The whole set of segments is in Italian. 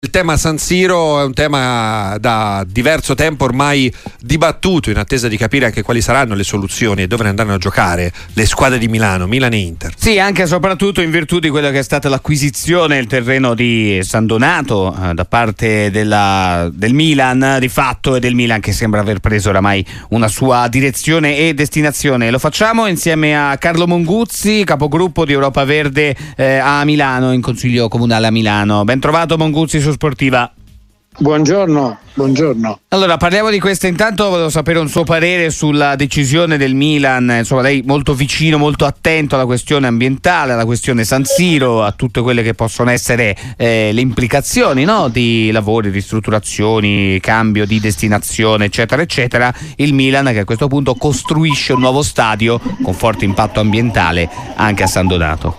Il tema San Siro è un tema da diverso tempo ormai dibattuto, in attesa di capire anche quali saranno le soluzioni e dove andranno a giocare le squadre di Milano, Milan e Inter. Sì, anche e soprattutto in virtù di quella che è stata l'acquisizione del terreno di San Donato da parte del Milan di fatto, e del Milan che sembra aver preso oramai una sua direzione e destinazione. Lo facciamo insieme a Carlo Monguzzi, capogruppo di Europa Verde a Milano, in Consiglio Comunale a Milano. Ben trovato Monguzzi su Sportiva. Buongiorno. Allora, parliamo di questa. Intanto volevo sapere un suo parere sulla decisione del Milan. Insomma, lei molto vicino, molto attento alla questione ambientale, alla questione San Siro, a tutte quelle che possono essere le implicazioni, no? Di lavori, ristrutturazioni, cambio di destinazione, eccetera, eccetera. Il Milan che a questo punto costruisce un nuovo stadio con forte impatto ambientale anche a San Donato.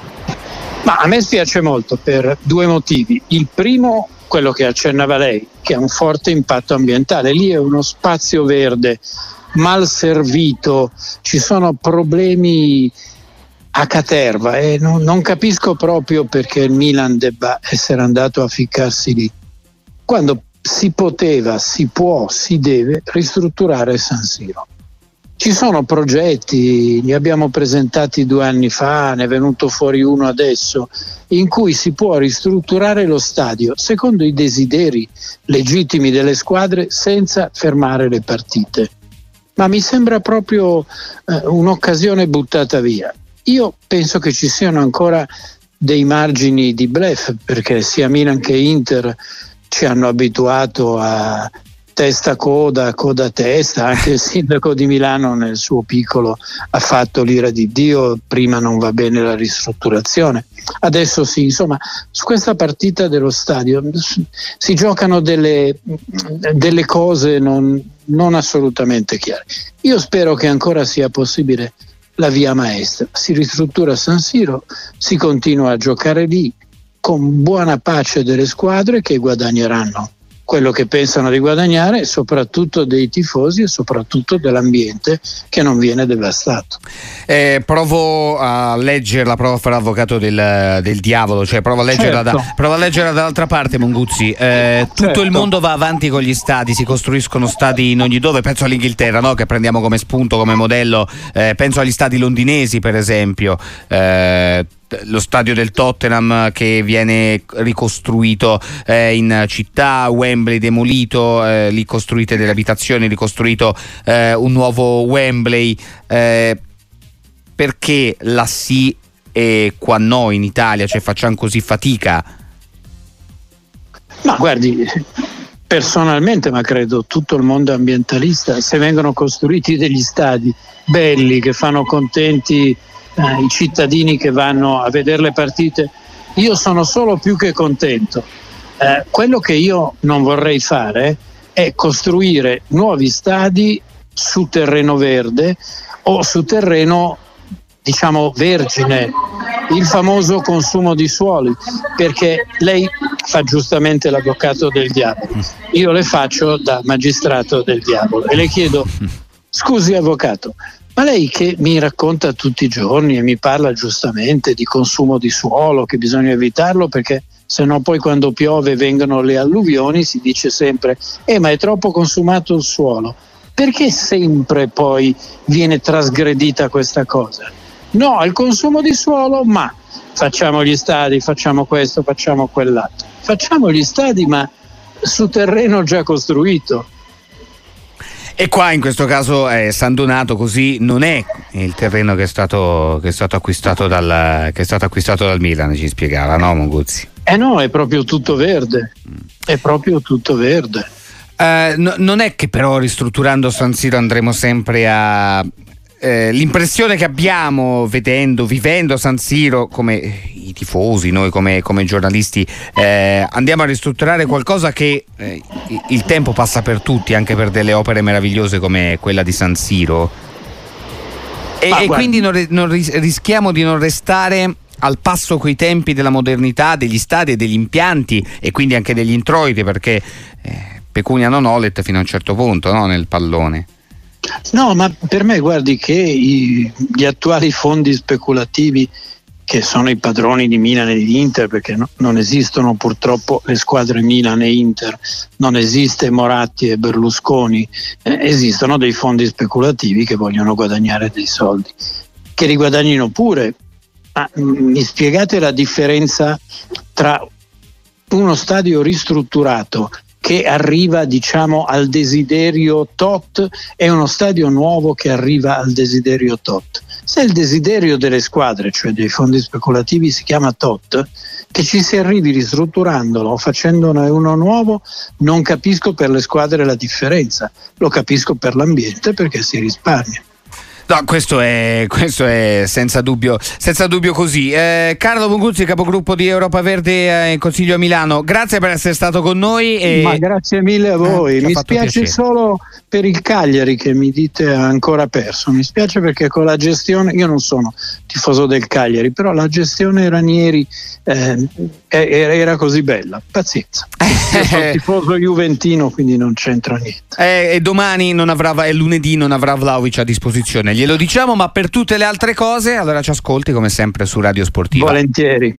Ma a me spiace molto per due motivi. Il primo, quello che accennava lei, che ha un forte impatto ambientale. Lì è uno spazio verde mal servito, ci sono problemi a caterva e non capisco proprio perché il Milan debba essere andato a ficcarsi lì, quando si poteva, si può, si deve ristrutturare San Siro. Ci sono progetti, li abbiamo presentati 2 anni fa, ne è venuto fuori uno adesso, in cui si può ristrutturare lo stadio secondo i desideri legittimi delle squadre senza fermare le partite. Ma mi sembra proprio un'occasione buttata via. Io penso che ci siano ancora dei margini di bluff, perché sia Milan che Inter ci hanno abituato a testa coda testa. Anche il sindaco di Milano nel suo piccolo ha fatto l'ira di Dio, prima non va bene la ristrutturazione, adesso sì. Insomma, su questa partita dello stadio si giocano delle cose non assolutamente chiare. Io spero che ancora sia possibile la via maestra, si ristruttura San Siro, si continua a giocare lì con buona pace delle squadre che guadagneranno quello che pensano di guadagnare, e soprattutto dei tifosi e soprattutto dell'ambiente che non viene devastato. Provo a leggerla, provo a fare l'avvocato del diavolo, cioè provo a leggerla, provo a leggerla dall'altra parte, Monguzzi. Tutto il mondo va avanti con gli stadi, si costruiscono stadi in ogni dove, penso all'Inghilterra, no? Che prendiamo come spunto, come modello, penso agli stadi londinesi per esempio, lo stadio del Tottenham che viene ricostruito in città, Wembley demolito, lì costruite delle abitazioni, ricostruito un nuovo Wembley. Perché là sì e qua no in Italia, cioè facciamo così fatica? Ma guardi, personalmente, ma credo tutto il mondo ambientalista, se vengono costruiti degli stadi belli che fanno contenti i cittadini che vanno a vedere le partite, io sono solo più che contento. Quello che io non vorrei fare è costruire nuovi stadi su terreno verde o su terreno, diciamo, vergine, il famoso consumo di suoli, perché lei fa giustamente l'avvocato del diavolo, io le faccio da magistrato del diavolo e le chiedo: scusi avvocato, ma lei che mi racconta tutti i giorni e mi parla giustamente di consumo di suolo, che bisogna evitarlo perché sennò poi quando piove vengono le alluvioni, si dice sempre ma è troppo consumato il suolo. Perché sempre poi viene trasgredita questa cosa? No al consumo di suolo, ma facciamo gli stadi, facciamo questo, facciamo quell'altro. Facciamo gli stadi ma su terreno già costruito. E qua in questo caso San Donato così non è il terreno che è stato acquistato dal Milan, ci spiegava, no Monguzzi? No, è proprio tutto verde. È proprio tutto verde. Non è che però ristrutturando San Siro andremo sempre a l'impressione che abbiamo vivendo San Siro, come i tifosi, noi come giornalisti, andiamo a ristrutturare qualcosa che il tempo passa per tutti, anche per delle opere meravigliose come quella di San Siro, e quindi rischiamo di non restare al passo coi tempi della modernità degli stadi e degli impianti, e quindi anche degli introiti, perché pecunia non olet fino a un certo punto, no, nel pallone. No, ma per me guardi che gli attuali fondi speculativi che sono i padroni di Milan e di Inter, perché non esistono purtroppo le squadre Milan e Inter, non esiste Moratti e Berlusconi, esistono dei fondi speculativi che vogliono guadagnare dei soldi, che li guadagnino pure. Ma mi spiegate la differenza tra uno stadio ristrutturato che arriva, diciamo, al desiderio tot e uno stadio nuovo che arriva al desiderio tot? Se il desiderio delle squadre, cioè dei fondi speculativi, si chiama tot, che ci si arrivi ristrutturandolo o facendone uno nuovo, non capisco per le squadre la differenza, lo capisco per l'ambiente, perché si risparmia. No, questo è senza dubbio così. Carlo Munguzzi, capogruppo di Europa Verde in Consiglio a Milano, grazie per essere stato con noi. Ma grazie mille a voi. Mi spiace solo per il Cagliari che mi dite ha ancora perso. Mi spiace perché con la gestione, io non sono tifoso del Cagliari, però la gestione Ranieri era così bella. Pazienza. Io sono tifoso juventino, quindi non c'entra niente. E domani lunedì non avrà Vlahovic a disposizione, glielo diciamo, ma per tutte le altre cose allora ci ascolti come sempre su Radio Sportiva. Volentieri.